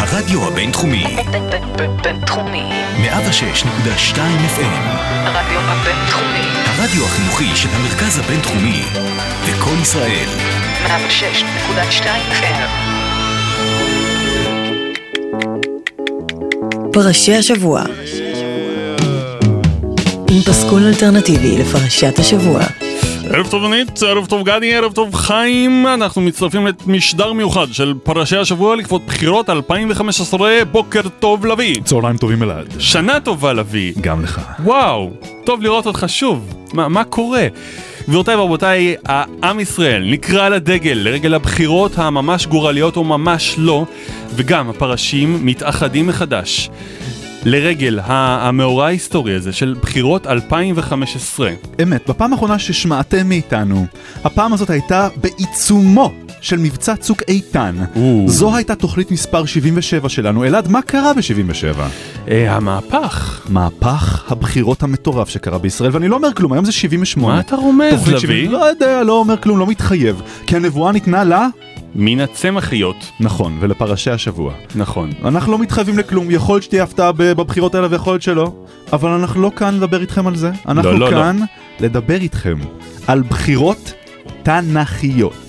הרדיו הבינתחומי. בינתחומי. 106.2 FM. הרדיו הבינתחומי. הרדיו החינוכי של המרכז הבינתחומי. וכל ישראל. 106.2 FM. פרשי השבוע. עם פסקול אלטרנטיבי לפרשת השבוע. ערב טוב ענית, ערב טוב גדי, ערב טוב חיים. אנחנו מצטרפים למשדר מיוחד של פרשי השבוע לכבוד בחירות 2015. בוקר טוב לוי. צהריים טובים אלעד. שנה טובה לוי. גם לך. וואו, טוב לראות אותך שוב. מה קורה? גבירותיי ורבותיי, העם ישראל נקרא לדגל לרגל הבחירות הממש גורליות או ממש לא, וגם הפרשים מתאחדים מחדש לרגל המאורע ההיסטורי הזה של בחירות 2015. אמת, בפעם האחרונה ששמעתם מאיתנו, הפעם הזאת הייתה בעיצומו של מבצע צוק איתן. זו הייתה תוכנית מספר 77 שלנו. אלעד, מה קרה ב-77? המהפך. מהפך הבחירות המטורף שקרה בישראל, ואני לא אומר כלום, היום זה 78. מה אתה רומז, לוי? לא יודע, לא אומר כלום, לא מתחייב, כי הנבואה ניתנה לה מן הצמחיות. נכון, ולפרשי השבוע. נכון. אנחנו לא מתחייבים לכלום, יכול להיות שתהיה הפתעה בבחירות האלה ויכול להיות שלא, אבל אנחנו לא כאן לדבר איתכם על זה. אנחנו כאן לדבר איתכם על בחירות תנ"כיות.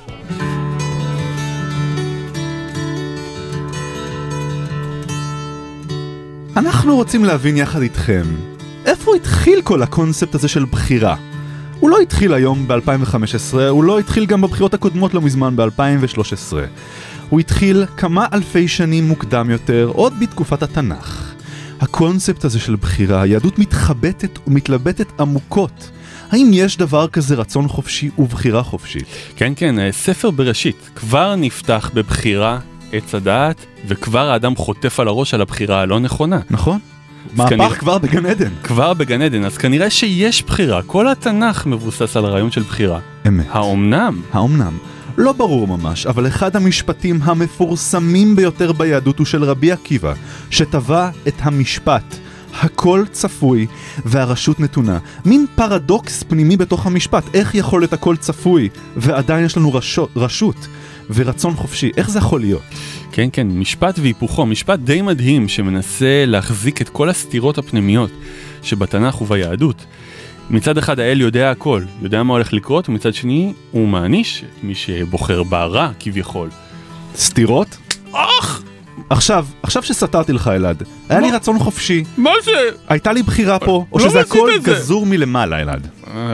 אנחנו רוצים להבין יחד איתכם, איפה התחיל כל הקונספט הזה של בחירה? הוא לא התחיל היום ב-2015, הוא לא התחיל גם בבחירות הקודמות לא מזמן ב-2013. הוא התחיל כמה אלפי שנים מוקדם יותר, עוד בתקופת התנ"ך. הקונספט הזה של בחירה, היהדות מתחבטת ומתלבטת עמוקות. האם יש דבר כזה רצון חופשי ובחירה חופשית? כן, ספר בראשית כבר נפתח בבחירה עץ הדעת, וכבר האדם חוטף על הראש על הבחירה הלא נכונה. נכון. מהפך כבר בגן עדן. כבר בגן עדן, אז כנראה שיש בחירה. כל התנ"ך מבוסס על הרעיון של בחירה. אמת. האומנם? לא ברור ממש, אבל אחד המשפטים המפורסמים ביותר ביהדות הוא של רבי עקיבא, שטבע את המשפט, הכל צפוי והרשות נתונה. מין פרדוקס פנימי בתוך המשפט, איך יכול להיות הכל צפוי ועדיין יש לנו רשות ורצון חופשי, איך זה יכול להיות? כן, משפט והיפוכו, משפט די מדהים שמנסה להחזיק את כל הסתירות הפנימיות שבתנ"ך וביהדות. מצד אחד האל יודע הכל, יודע מה הולך לקרות, ומצד שני הוא מעניש את מי שבוחר ברע כביכול. סתירות? עכשיו שסתרתי לך אלעד, היה לי רצון חופשי. מה זה? הייתה לי בחירה פה, או שזה הכל גזור מלמעלה אלעד?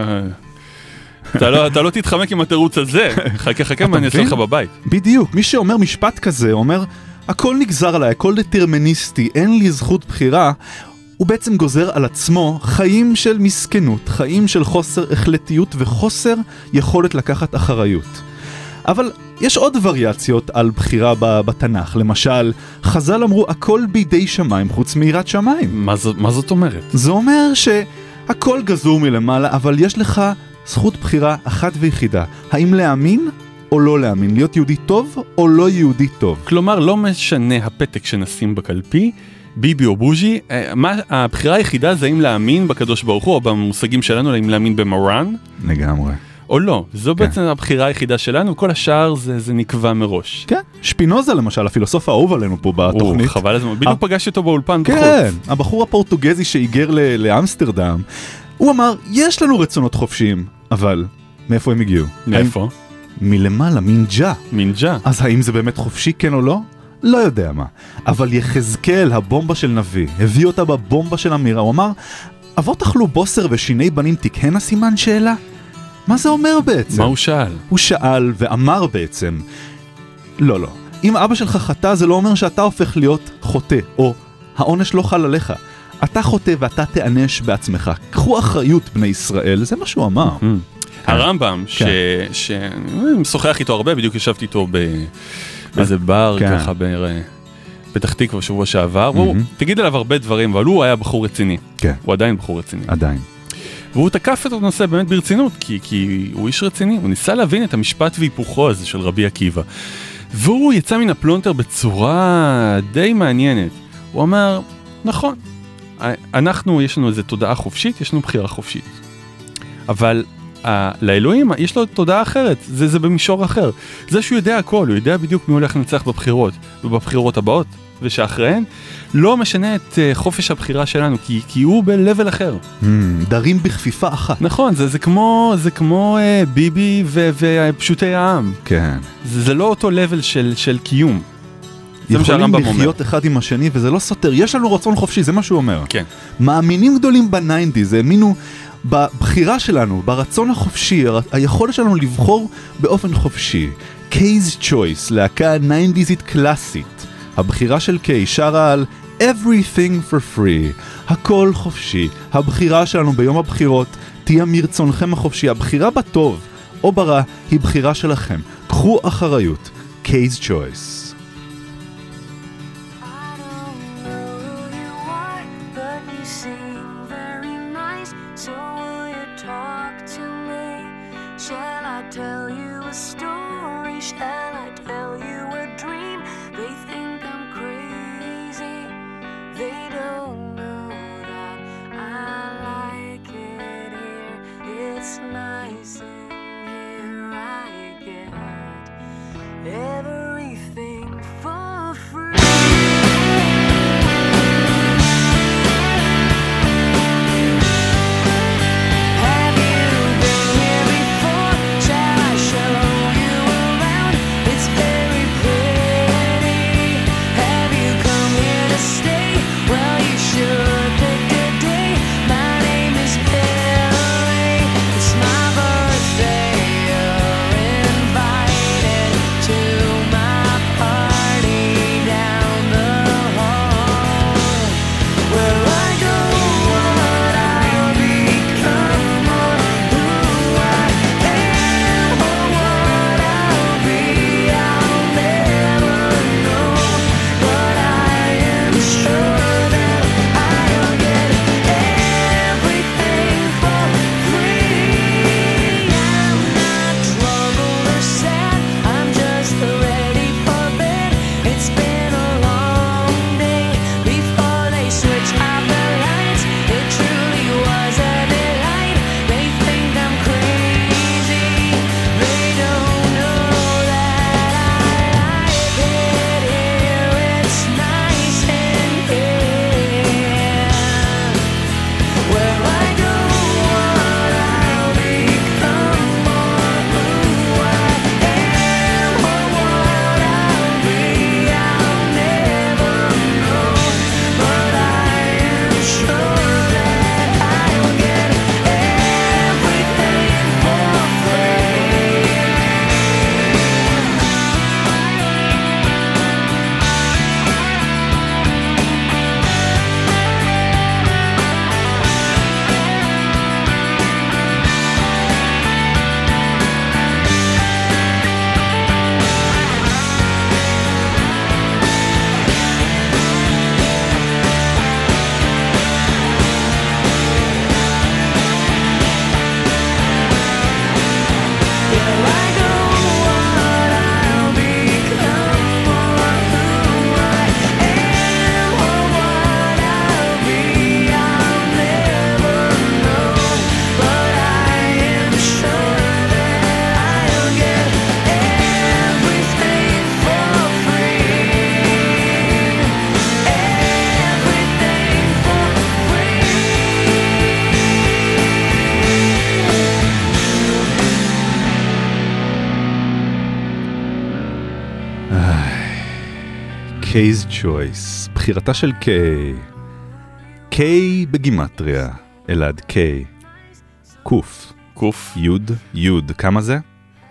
אתה לא תתחמק עם התירוץ הזה. חכה מה אני אעשה לך בבית. בדיוק, מי שאומר משפט כזה, אומר הכל נגזר עליי, הכל דטרמיניסטי, אין לי זכות בחירה, הוא בעצם גוזר על עצמו חיים של מסכנות, חיים של חוסר החלטיות וחוסר יכולת לקחת אחריות. אבל יש עוד וריאציות על בחירה בתנ"ך. למשל, חז"ל אמרו הכל בידי שמיים חוץ מיראת שמיים. מה זאת אומרת? זה אומר שהכל גזור מלמעלה, אבל יש לך זכות בחירה אחת ויחידה. האם להאמין או לא להאמין? להיות יהודי טוב או לא יהודי טוב? כלומר, לא משנה הפתק שנשים בקלפי, ביבי או בוז'י, הבחירה היחידה זה האם להאמין בקדוש ברוך הוא, או במושגים שלנו, האם להאמין במרן? לגמרי. או לא. זו בעצם הבחירה היחידה שלנו, כל השאר זה נקבע מראש. כן. שפינוזה למשל, הפילוסוף האהוב עלינו פה בתוכנית. חבל הזמן. בדיוק פגשתי אותו באולפן בחוץ. כן, הבחור הפורטוגזי שהיגר לאמסטרדם, הוא אמר, יש לנו רצונות חופשיים, אבל מאיפה הם הגיעו? מאיפה? מלמעלה, מינג'ה. מינג'ה. אז האם זה באמת חופשי, כן או לא? לא יודע מה. אבל יחזקאל, הבומבה של נביא, הביא אותה בבומבה של אמירה. הוא אמר, אבות אכלו בוסר ושיני בנים תקהנה סימן שאלה? מה זה אומר בעצם? מה הוא שאל? הוא שאל ואמר בעצם, לא. אם אבא שלך חטא, זה לא אומר שאתה הופך להיות חוטא, או העונש לא חל עליך. אתה חוטא ואתה תענש בעצמך. קחו אחריות בני ישראל, זה מה שהוא אמר. הרמב"ם, שמשוחח איתו הרבה, בדיוק ישבתי איתו באיזה בר, ככה בפתח תקווה בשבוע שעבר, הוא תגיד עליו הרבה דברים, אבל הוא היה בחור רציני. הוא עדיין בחור רציני. עדיין. והוא תקף את הנושא באמת ברצינות, כי הוא איש רציני, הוא ניסה להבין את המשפט והיפוכו הזה של רבי עקיבא. והוא יצא מן הפלונטר בצורה די מעניינת. הוא אמר, נכון, יש לנו איזו תודעה חופשית, יש לנו בחירה חופשית. אבל לאלוהים יש לו תודעה אחרת, זה במישור אחר. זה שהוא יודע הכל, הוא יודע בדיוק מי הולך לנצח בבחירות, ובבחירות הבאות, ושאחריהן לא משנה את חופש הבחירה שלנו, כי הוא בלבל אחר. דרים בכפיפה אחת. נכון, זה כמו ביבי ופשוטי העם. כן. זה לא אותו לבל של קיום. יכולים לחיות אחד עם השני, וזה לא סותר. יש לנו רצון חופשי, זה מה שהוא אומר. כן. מאמינים גדולים ב-90s, האמינו בבחירה שלנו, ברצון החופשי, היכולת שלנו לבחור באופן חופשי. Kay's Choice, להקה 90sית קלאסית. הבחירה של קיי שרה על Everything for free, הכל חופשי. הבחירה שלנו ביום הבחירות תהיה מרצונכם החופשי. הבחירה בטוב או ברע היא בחירה שלכם. קחו אחריות. Kay's Choice. Kay's Choice, בחירתה של קיי. קיי בגימטריה, אלעד, קיי. קוף. קוף. יוד, יוד. כמה זה?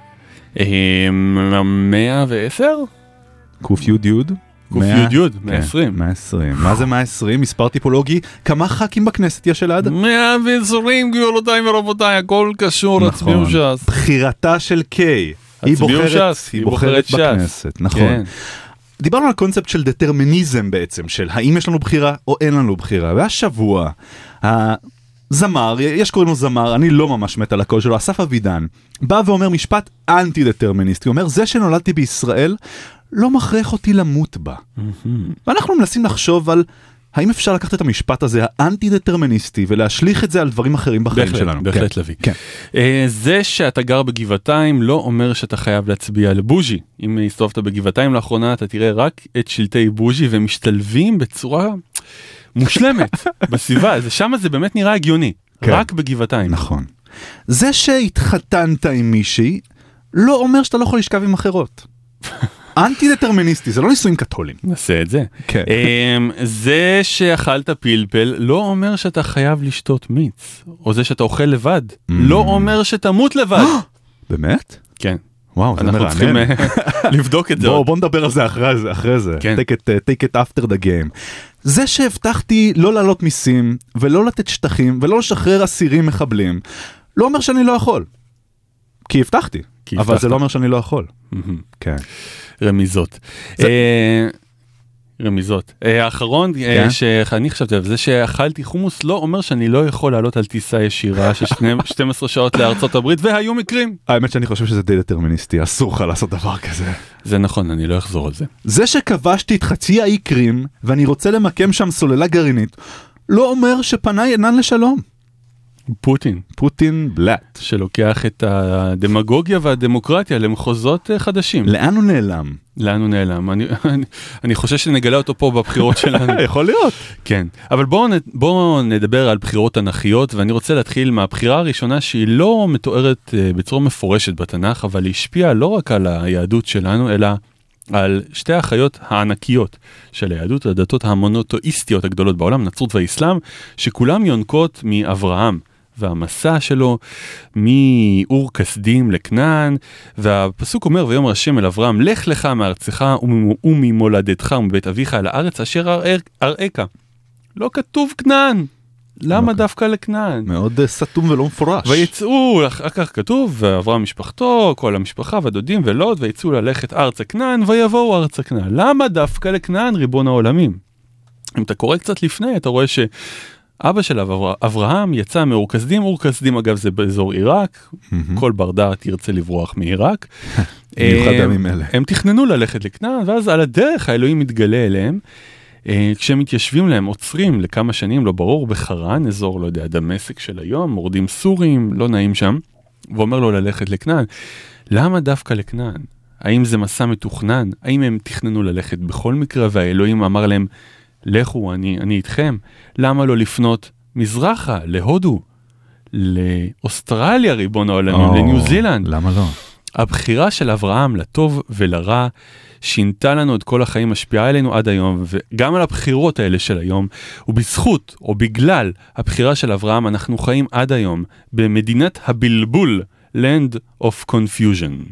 110? קוף יוד יוד? קוף יוד יוד, 120. 120. מה זה 120? מספר טיפולוגי. כמה ח"כים בכנסת יש, אלעד? 120, גבירותיי ורבותיי, הכל קשור, הצביעו ש"ס. בחירתה של קיי. היא בוחרת בכנסת, נכון. דיברנו על קונספט של דטרמיניזם בעצם, של האם יש לנו בחירה או אין לנו בחירה. והשבוע, הזמר, יש קוראים לו זמר, אני לא ממש מת על הקול שלו, אסף אבידן, בא ואומר משפט אנטי-דטרמיניסטי. הוא אומר, זה שנולדתי בישראל לא מכריח אותי למות בה. ואנחנו מנסים לחשוב על האם אפשר לקחת את המשפט הזה, האנטי-דטרמיניסטי, ולהשליך את זה על דברים אחרים בחיים שלנו? בהחלט כן. לוי. כן. זה שאתה גר בגבעתיים לא אומר שאתה חייב להצביע לבוז'י. אם הסתובבת בגבעתיים לאחרונה, אתה תראה רק את שלטי בוז'י, ומשתלבים בצורה מושלמת בסביבה. שם זה באמת נראה הגיוני. כן. רק בגבעתיים. נכון. זה שהתחתנת עם מישהי, לא אומר שאתה לא יכול לשכב עם אחרות. אנטי-דטרמיניסטי, זה לא נישואים קתולים. נעשה את זה. כן. זה שאכלת פלפל לא אומר שאתה חייב לשתות מיץ, או זה שאתה אוכל לבד, לא אומר שתמות לבד. באמת? כן. וואו, זה אנחנו צריכים מרענן. לבדוק את זה. בוא נדבר על זה אחרי זה. כן. Take it after the game. זה שהבטחתי לא לעלות מיסים, ולא לתת שטחים, ולא לשחרר אסירים מחבלים, לא אומר שאני לא יכול. כי הבטחתי. אבל זה לא אומר שאני לא יכול. כן. רמיזות. רמיזות. האחרון שאני חשבתי על זה שאכלתי חומוס לא אומר שאני לא יכול לעלות על טיסה ישירה של 12 שעות לארצות הברית, והיו מקרים. האמת שאני חושב שזה די דטרמיניסטי, אסור לך לעשות דבר כזה. זה נכון, אני לא אחזור על זה. זה שכבשתי את חצי האי קרים ואני רוצה למקם שם סוללה גרעינית, לא אומר שפניי אינן לשלום. פוטין בלט. שלוקח את הדמגוגיה והדמוקרטיה למחוזות חדשים. לאן הוא נעלם? לאן הוא נעלם? אני חושב שנגלה אותו פה בבחירות שלנו. יכול להיות. כן. אבל בואו נדבר על בחירות תנ"כיות, ואני רוצה להתחיל מהבחירה הראשונה שהיא לא מתוארת בצורה מפורשת בתנ"ך, אבל היא השפיעה לא רק על היהדות שלנו, אלא על שתי האחיות הענקיות של היהדות, הדתות המונותאיסטיות הגדולות בעולם, נצרות והאסלאם, שכולם יונקות מאברהם. והמסע שלו מאור כסדים לכנען, והפסוק אומר, ויאמר השם אל אברהם, לך לך מארצך וממולדתך ומבית אביך אל הארץ אשר אראך. לא כתוב כנען. למה דווקא לכנען? מאוד סתום ולא מפורש. ויצאו, אחר כך כתוב, ואברהם משפחתו, כל המשפחה והדודים ולוד, ויצאו ללכת ארצה כנען, ויבואו ארצה כנען. למה דווקא לכנען, ריבון העולמים? אם אתה קורא קצת לפני, אתה רואה אבא של אברהם יצא מאור כסדים, אור כסדים אגב זה באזור עיראק, כל בר דעת ירצה לברוח מעיראק. הם תכננו ללכת לכנען, ואז על הדרך האלוהים מתגלה אליהם, כשהם מתיישבים להם, עוצרים לכמה שנים, לא ברור, בחרן, אזור, לא יודע, דמשק של היום, מורדים סורים, לא נעים שם, ואומר לו ללכת לכנען. למה דווקא לכנען? האם זה מסע מתוכנן? האם הם תכננו ללכת בכל מקרה, והאלוהים אמר להם, לכו, אני איתכם. למה לא לפנות מזרחה, להודו, לאוסטרליה, ריבון העולמים, לניו זילנד? למה לא? הבחירה של אברהם לטוב ולרע שינתה לנו את כל החיים, משפיעה עלינו עד היום, וגם על הבחירות האלה של היום, ובזכות או בגלל הבחירה של אברהם, אנחנו חיים עד היום במדינת הבלבול, Land of Confusion.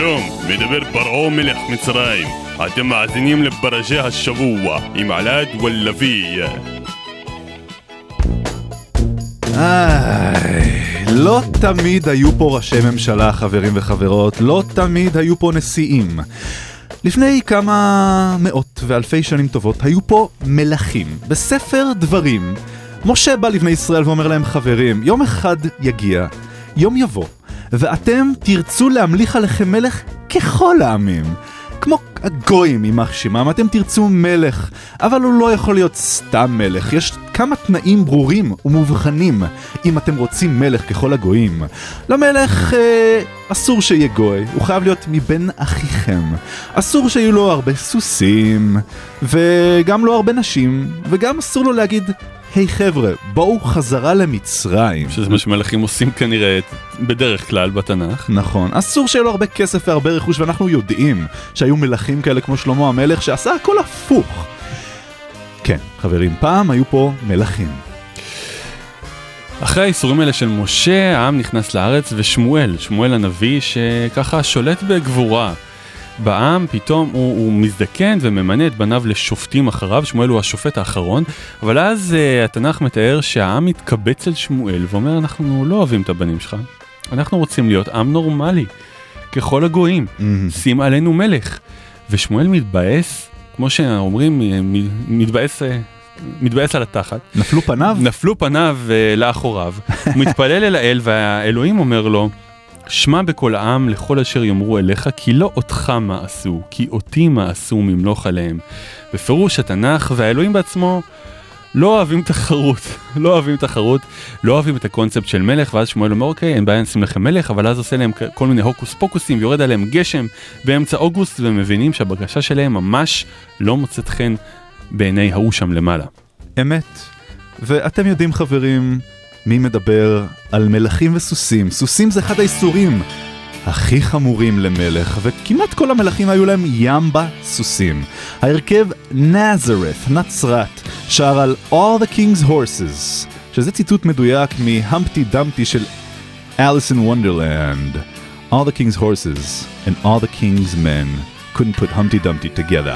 שלום, מדבר פרעה מלך מצרים. אתם מאזינים לפרשי השבוע עם עלד ולוי. לא תמיד היו פה ראשי ממשלה, חברים וחברות, לא תמיד היו פה נשיאים. לפני כמה מאות ואלפי שנים טובות היו פה מלכים. בספר דברים, משה בא לבני ישראל ואומר להם, חברים, יום אחד יגיע, יום יבוא, ואתם תרצו להמליך עליכם מלך ככל העמים. כמו הגויים יימח שמם, אתם תרצו מלך, אבל הוא לא יכול להיות סתם מלך. יש כמה תנאים ברורים ומובחנים אם אתם רוצים מלך ככל הגויים. למלך אסור שיהיה גוי, הוא חייב להיות מבין אחיכם. אסור שיהיו לו הרבה סוסים, וגם לא הרבה נשים, וגם אסור לו להגיד, היי חבר'ה, בואו חזרה למצרים. שזה מה שמלכים עושים כנראה בדרך כלל בתנ"ך. נכון, אסור שיהיה לו הרבה כסף והרבה רכוש, ואנחנו יודעים שהיו מלכים כאלה כמו שלמה המלך שעשה הכל הפוך. כן, חברים, פעם היו פה מלכים. אחרי האיסורים האלה של משה, העם נכנס לארץ, ושמואל הנביא שככה שולט בגבורה בעם, פתאום הוא מזדקן וממנה את בניו לשופטים אחריו. שמואל הוא השופט האחרון, אבל אז התנ"ך מתאר שהעם מתקבץ אל שמואל ואומר, אנחנו לא אוהבים את הבנים שלך, אנחנו רוצים להיות עם נורמלי ככל הגויים, שים עלינו מלך. ושמואל מתבאס, כמו שאומרים, מתבאס על התחת. נפלו פניו לאחוריו. הוא מתפלל אל האל, והאלוהים אומר לו, שמע בכל העם לכל אשר יאמרו אליך, כי לא אותך מעשו, כי אותי מעשו ממלוך עליהם. בפירוש התנ"ך והאלוהים בעצמו לא אוהבים תחרות, לא אוהבים את הקונספט של מלך. ואז שמואל אומר, אוקיי, אין בעיה, נשים לכם מלך, אבל אז עושה להם כל מיני הוקוס פוקוסים, יורד עליהם גשם באמצע אוגוסט, ומבינים שהבקשה שלהם ממש לא מוצאת חן בעיני ההוא שם למעלה. אמת. ואתם יודעים, חברים, מי מדבר על מלכים וסוסים? סוסים זה אחד האיסורים הכי חמורים למלך, וכמעט כל המלכים היו להם ימבה סוסים. ההרכב נצרת שר על All the King's Horses, שזה ציטוט מדויק מהמפטי דמפטי של Alice in Wonderland. All the King's Horses and all the King's men couldn't put Humpty Dumpty together.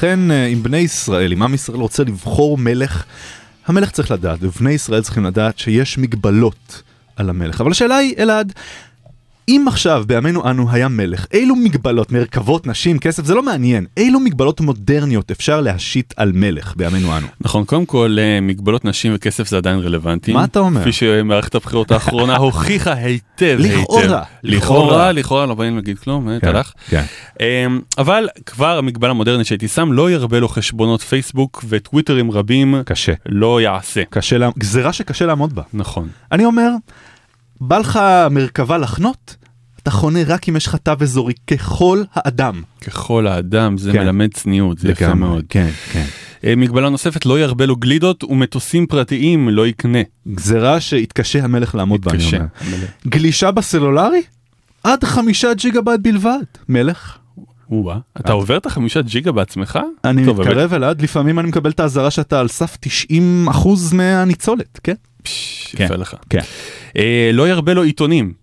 ולכן אם בני ישראל, אם עם ישראל רוצה לבחור מלך, המלך צריך לדעת, ובני ישראל צריכים לדעת שיש מגבלות על המלך. אבל השאלה היא, אלעד, אם עכשיו בימינו אנו היה מלך, אילו מגבלות, מרכבות, נשים, כסף, זה לא מעניין. אילו מגבלות מודרניות אפשר להשית על מלך בימינו אנו? נכון, קודם כל, מגבלות נשים וכסף זה עדיין רלוונטי. מה אתה אומר? כפי שמערכת הבחירות האחרונה הוכיחה היטב. לכאורה, לא באים להגיד כלום, כן, תלך. כן. אבל כבר המגבלה המודרנית שהייתי שם, לא ירבה לו חשבונות פייסבוק וטוויטרים רבים. קשה. לא יעשה. גזירה שקשה לעמוד בה. נכון. אני אומר, בא לך מרכבה לחנות, אתה חונה רק אם יש לך תו אזורי ככל האדם. ככל האדם, זה כן. מלמד צניעות, זה יפה מאוד. כן, כן. מגבלה נוספת, לא ירבה לו גלידות ומטוסים פרטיים לא יקנה. גזירה שהתקשה המלך לעמוד בה, אני אומר. המלך. גלישה בסלולרי? עד 5 ג'יגה-בייט בלבד. מלך? אתה עובר את 5 ג'יגה בעצמך? אני טוב, מתקרב אלעד, לפעמים אני מקבל את ההזרה שאתה על סף 90% מהניצולת, כן? יפה לך. כן. לא ירבה לו עיתונים.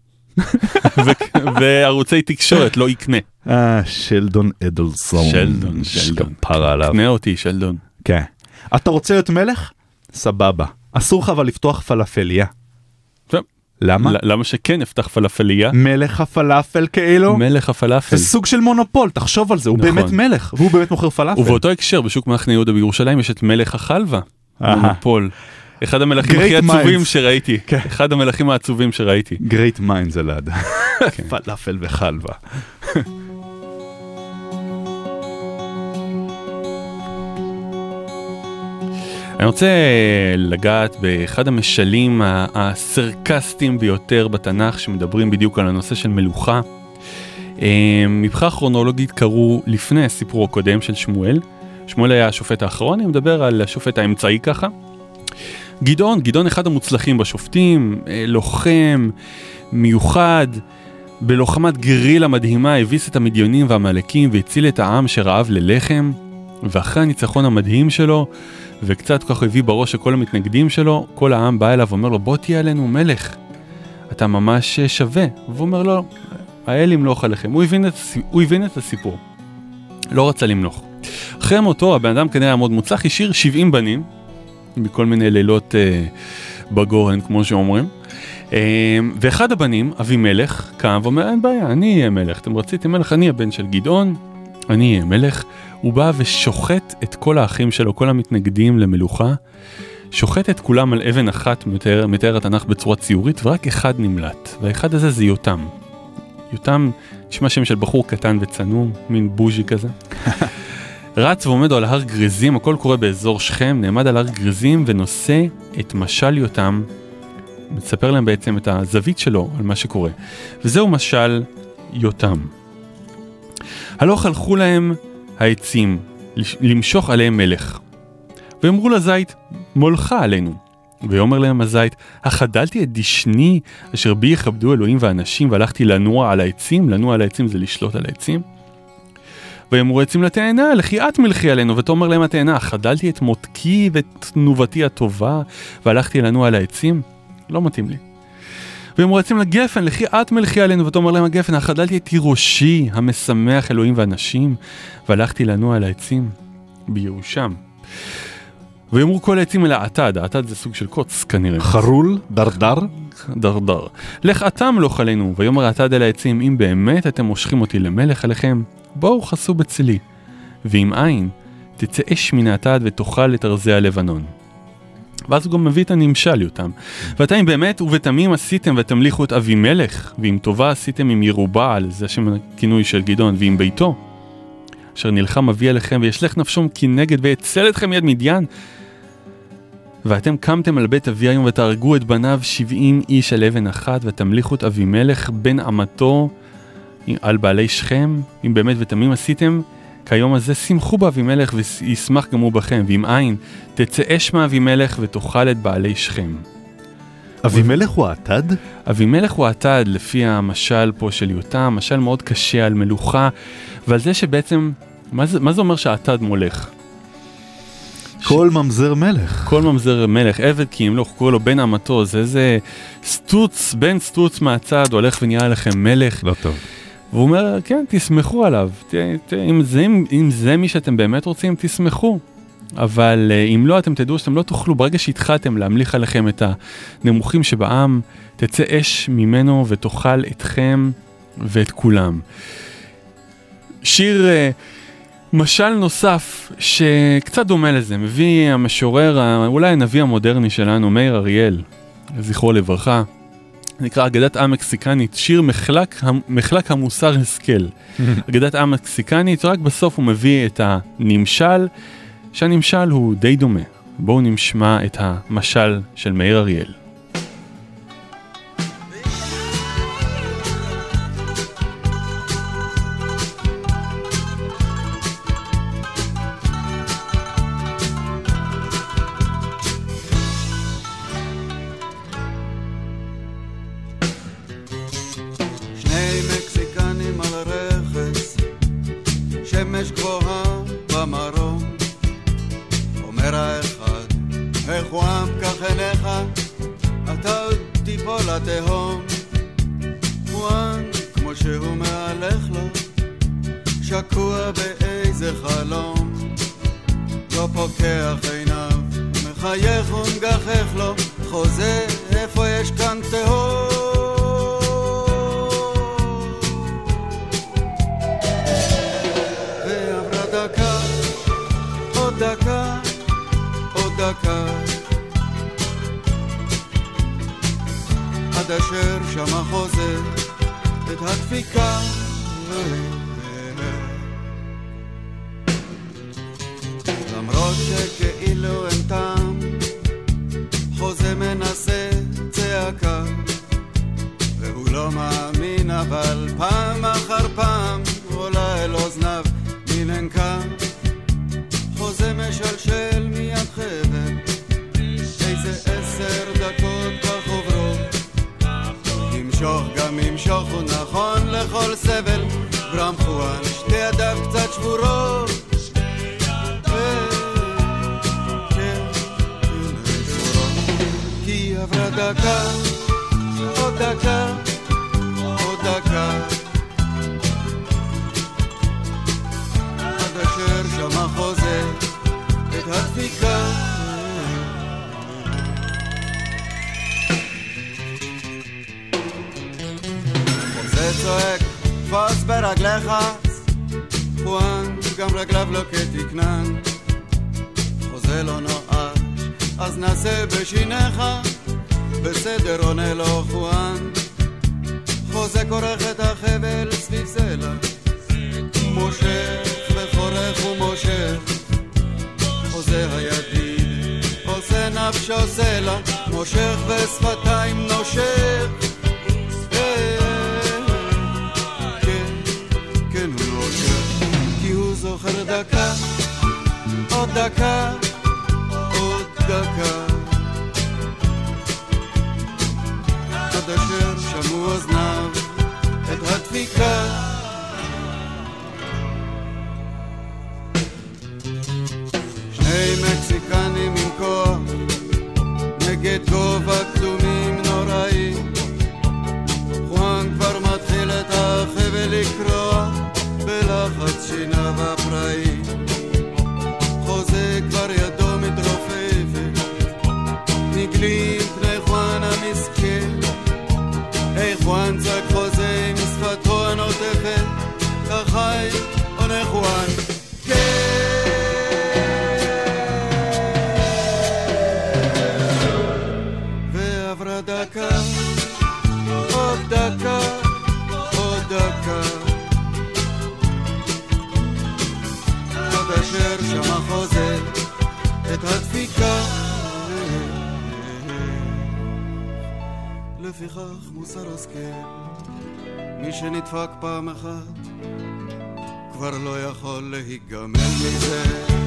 וערוצי תקשורת לא יקנה. שלדון אדלסון. שלדון. שכפרה עליו. קנה אותי, שלדון. כן. אתה רוצה להיות מלך? סבבה. אסור לך אבל לפתוח פלאפליה. טוב. למה? למה שכן נפתח פלאפליה? מלך הפלאפל כאילו? מלך הפלאפל. זה סוג של מונופול, תחשוב על זה, הוא נכון. באמת מלך, והוא באמת מוכר פלאפל. ובאותו הקשר, בשוק מחנה יהודה בירושלים יש את מלך החלבה. מונופול. אחד המלכים הכי עצובים שראיתי. אחד המלכים העצובים שראיתי. Great minds אלעד. פלאפל וחלבה. אני רוצה לגעת באחד המשלים הסרקסטיים ביותר בתנ"ך, שמדברים בדיוק על הנושא של מלוכה. מבחינה כרונולוגית קראו לפני הסיפור הקודם של שמואל. שמואל היה השופט האחרון, אני מדבר על השופט האמצעי ככה. גדעון אחד המוצלחים בשופטים, לוחם, מיוחד, בלוחמת גרילה מדהימה, הביס את המדיונים והמלכים והציל את העם שרעב ללחם, ואחרי הניצחון המדהים שלו, וקצת כך הביא בראש שכל המתנגדים שלו, כל העם בא אליו ואומר לו, בוא תהיה עלינו מלך, אתה ממש שווה. והוא אומר לו, האל ימלוך עליכם. הוא הבין את הסיפור, לא רצה למלוך. אחרי מותו, הבן אדם כנראה מאוד מוצלח, השאיר 70 בנים, בכל מיני לילות בגורן, כמו שאומרים. ואחד הבנים, אבימלך, קם ואומר, אין בעיה, אני אהיה מלך. אתם רציתם מלך, אני הבן של גדעון, אני אהיה מלך. הוא בא ושוחט את כל האחים שלו, כל המתנגדים למלוכה, שוחט את כולם על אבן אחת, מתאר התנ"ך בצורה ציורית, ורק אחד נמלט. והאחד הזה זה יותם. יותם, נשמע שם של בחור קטן וצנום, מין בוז'י כזה. רץ ועומד על הר גריזים, הכל קורה באזור שכם, נעמד על הר גריזים ונושא את משל יותם, מספר להם בעצם את הזווית שלו על מה שקורה. וזהו משל יותם. הלוך הלכו להם העצים, למשוך עליהם מלך. ואמרו לזית, מולכה עלינו. ויאמר להם הזית, החדלתי את דשני, אשר בי יכבדו אלוהים ואנשים, והלכתי לנוע על העצים, לנוע על העצים זה לשלוט על העצים. ואמרו עצים לתאנה, לכי את מלכי עלינו, ותאמר להם התאנה, חדלתי את מותקי ואת תנובתי הטובה, והלכתי לנוע על העצים, לא מתאים לי. ואמרו עצים לגפן, לכי את מלכי עלינו, ותאמר להם הגפן, חדלתי את תירושי, המשמח אלוהים ואנשים, והלכתי לנוע על העצים, בייאושם. ויאמרו כל העצים אל העתד, העתד זה סוג של קוץ כנראה. חרול, דרדר. דרדר. לך אתה מלוך עלינו, ויאמר העתד אל העצים, אם באמת אתם מושכים אותי למלך עליכם, בואו חסו בצלי, ואם אין, תצא אש מן העתד ותאכל את ארזי הלבנון. ואז הוא גם מביא את הנמשל יותם. ואתה אם באמת ובתמים עשיתם ותמליכו את אבימלך, ואם טובה עשיתם עם ירובעל, זה שם הכינוי של גדעון, ועם ביתו, אשר נלחם אבי עליכם וישלח נפשום כנגד ויצל אתכם יד מדיין, ואתם קמתם על בית אבי היום ותהרגו את בניו 70 איש על אבן אחת, ותמליכו את אבימלך בן אמתו על בעלי שכם, אם באמת ותמים עשיתם, כיום הזה שמחו באבימלך וישמח גם הוא בכם, ואם אין, תצא אש מאבימלך ותאכל את בעלי שכם. אבימלך הוא העתד? אבימלך הוא העתד, לפי המשל פה של יותם, משל מאוד קשה על מלוכה, ועל זה שבעצם, מה זה אומר שהעתד מולך? כל ממזר מלך. כל ממזר מלך, עבד כי ימלוך, קורא לו בן אמתו, זה איזה סטוץ, בן סטוץ מהצד, הולך ונהיה לכם מלך. לא טוב. והוא אומר, כן, תסמכו עליו, אם זה מי שאתם באמת רוצים, תסמכו. אבל אם לא, אתם תדעו שאתם לא תוכלו, ברגע שהתחלתם להמליך עליכם את הנמוכים שבעם, תצא אש ממנו ותאכל אתכם ואת כולם. שיר משל נוסף שקצת דומה לזה, מביא המשורר, אולי הנביא המודרני שלנו, מאיר אריאל, זכרו לברכה, נקרא אגדת עם מקסיקנית, שיר מחלק המוסר השכל. אגדת עם מקסיקנית, רק בסוף הוא מביא את הנמשל, שהנמשל הוא די דומה. בואו נשמע את המשל של מאיר אריאל. שמש גבוהה במרום, אומר האחד, איך וואם כך עיניך, אתה עוד תיפול לתהום. וואם כמו שהוא מהלך לו, שקוע באיזה חלום, לא פוקח עיניו, מחייך ומגחך לו, חוזה איפה יש כאן תהום. דקה, עוד דקה, עד אשר שמה חוזה את הדפיקה. למרות שכאילו אין טעם, חוזה מנסה צעקה, והוא לא מאמין, אבל פעם אחר פעם עולה אל אוזניו מננקה. חוזה משלשל מיד חבר, איזה 10 דקות כך עוברות, ימשוך גם ימשוך הוא נכון לכל סבל, ברם חואן שתי ידיו קצת שבורות, כן, הנה שורות, כי עברה דקה, עוד דקה, עוד דקה, עד אשר שמה חוזה את הדפיקה. חוזה צועק, תפוס ברגליך, חואן גם רגליו לא כתקנן, חוזה לא נואש, אז נעשה בשיניך, בסדר עונה לו חואן. חוזה כורך את החבל סביב סלע, מושך וחורך ומושך, חוזה הידיד עושה נפשו סלע, מושך ושפתיים נושך, כן, כן הוא נושך, כי הוא זוכר דקה, עוד דקה, עוד דקה, עד אשר שמעו אוזניו את הדפיקה. מקסיקנים עם כוח נגד גובה קדומים נוראים, חואן כבר מתחיל את החבל לקרוע בלחץ שיניו הפראי, חוזה כבר ידו מתרופפת, נגלים פני חואן המסכן, היי חואן צעק חוזה עם שפתו הנוטפת, החי עונה חואן כן. דקה, עוד דקה, עוד דקה, עד אשר שמה חוזה את הדפיקה. לפיכך מוסר השכל, מי שנדפק פעם אחת כבר לא יכול להיגמל מזה.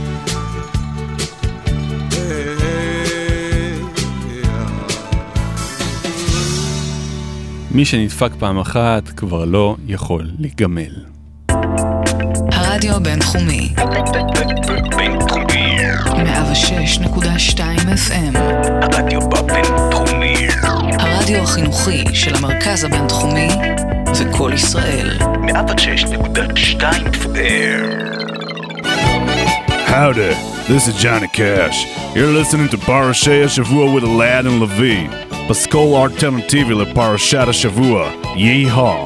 מי שנדפק פעם אחת כבר לא יכול להיגמל. הרדיו הבינתחומי 106.2 FM, הרדיו הבינתחומי, הרדיו החינוכי של המרכז הבינתחומי וכל ישראל. 106.2 106.2 Howdy, this is Johnny Cash. You're listening to Parashat Shavua with Elad and Levi. Paskol Alternative לפרשת השבוע. Yeehaw.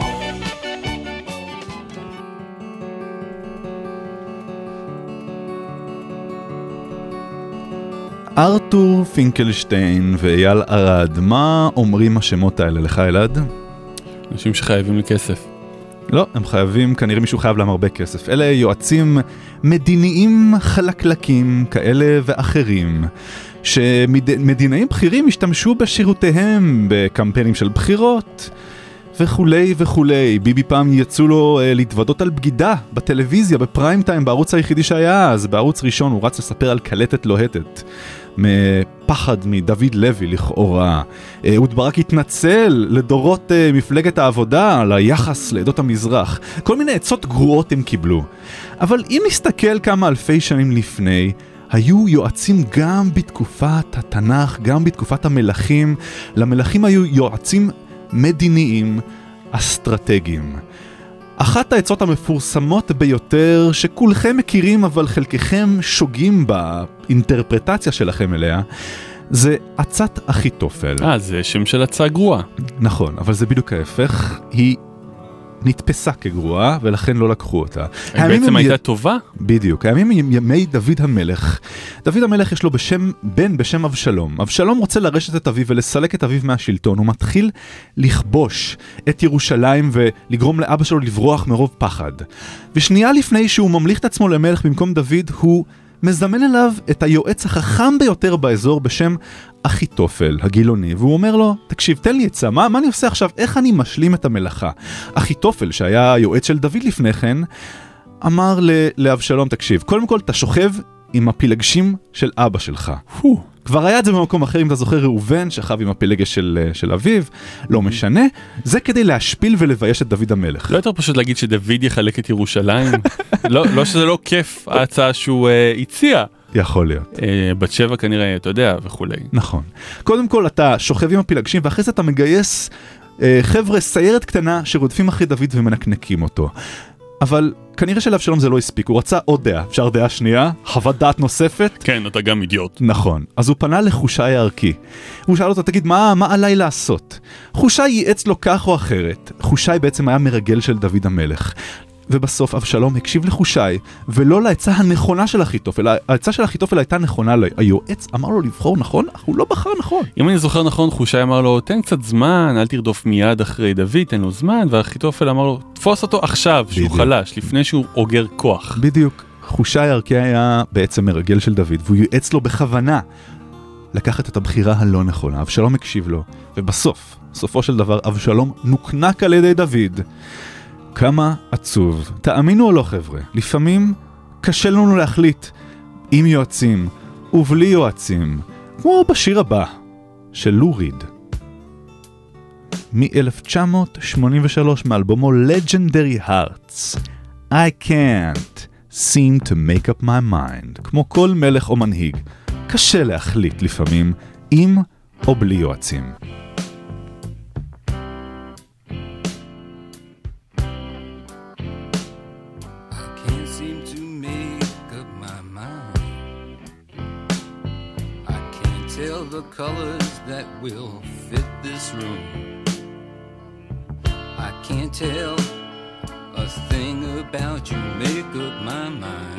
ארתור פינקלשטיין ואייל ארד, מה אומרים השמות האלה לך, אלעד? אנשים שחייבים לי כסף. לא, הם חייבים, כנראה מישהו חייב להם הרבה כסף. אלה יועצים מדיניים חלקלקים כאלה ואחרים, שמדינאים בכירים השתמשו בשירותיהם בקמפיינים של בחירות וכולי וכולי. ביבי פעם יצאו לו להתוודות על בגידה בטלוויזיה, בפריים טיים, בערוץ היחידי שהיה אז, בערוץ ראשון הוא רץ לספר על קלטת לוהטת. מפחד מדוד לוי לכאורה. אהוד ברק התנצל לדורות מפלגת העבודה על היחס לעדות המזרח. כל מיני עצות גרועות הם קיבלו. אבל אם נסתכל כמה אלפי שנים לפני, היו יועצים גם בתקופת התנ"ך, גם בתקופת המלכים. למלכים היו יועצים מדיניים אסטרטגיים. אחת העצות המפורסמות ביותר שכולכם מכירים אבל חלקכם שוגים באינטרפרטציה שלכם אליה, זה עצת אחיתופל. זה שם של הצעה גרועה. נכון, אבל זה בדיוק ההפך. היא נתפסה כגרועה ולכן לא לקחו אותה. בעצם הייתה טובה? בדיוק. הימים הם ימי דוד המלך. דוד המלך יש לו בן בשם אבשלום. אבשלום רוצה לרשת את אביו ולסלק את אביו מהשלטון. הוא מתחיל לכבוש את ירושלים ולגרום לאבא שלו לברוח מרוב פחד. ושנייה לפני שהוא ממליך את עצמו למלך במקום דוד, הוא מזמן אליו את היועץ החכם ביותר באזור בשם אחיתופל הגילוני, והוא אומר לו, תקשיב, תן לי עצה, מה אני עושה עכשיו? איך אני משלים את המלאכה? אחיתופל, שהיה היועץ של דוד לפני כן, אמר לאבשלום, תקשיב, קודם כל אתה שוכב עם הפילגשים של אבא שלך. כבר היה את זה במקום אחר, אם אתה זוכר, ראובן שכב עם הפילגש של אביו, לא משנה, זה כדי להשפיל ולבייש את דוד המלך. לא יותר פשוט להגיד שדוד יחלק את ירושלים? לא שזה לא כיף ההצעה שהוא הציע. יכול להיות. בת שבע כנראה, אתה יודע, וכולי. נכון. קודם כל אתה שוכב עם הפילגשים, ואחרי זה אתה מגייס חבר'ה, סיירת קטנה שרודפים אחרי דוד ומנקנקים אותו. אבל כנראה שלאבשלום זה לא הספיק, הוא רצה עוד דעה. אפשר דעה שנייה? חוות דעת נוספת? כן, אתה גם אידיוט. נכון. אז הוא פנה לחושי הערכי. הוא שאל אותו, תגיד, מה עליי לעשות? חושי ייעץ לו כך או אחרת. חושי בעצם היה מרגל של דוד המלך. ובסוף אבשלום הקשיב לחושי, ולא לעצה הנכונה של אחיתופל. העצה של אחיתופל הייתה נכונה, היועץ אמר לו לבחור נכון, אך הוא לא בחר נכון. אם אני זוכר נכון, חושי אמר לו, תן קצת זמן, אל תרדוף מיד אחרי דוד, תן לו זמן, ואחיתופל אמר לו, תפוס אותו עכשיו, שהוא חלש, לפני שהוא אוגר כוח. בדיוק. חושי הערכי היה בעצם מרגל של דוד, והוא ייעץ לו בכוונה לקחת את הבחירה הלא נכונה. אבשלום הקשיב לו, ובסוף, סופו של דבר, אבשלום נוקנק על ידי דוד. כמה עצוב. תאמינו או לא חבר'ה, לפעמים קשה לנו להחליט עם יועצים ובלי יועצים, כמו בשיר הבא של לו ריד מ-1983 מאלבומו Legendary Hearts. I can't seem to make up my mind. כמו כל מלך או מנהיג, קשה להחליט לפעמים עם או בלי יועצים. The colors that will fit this room. I can't tell a thing about you, make up my mind.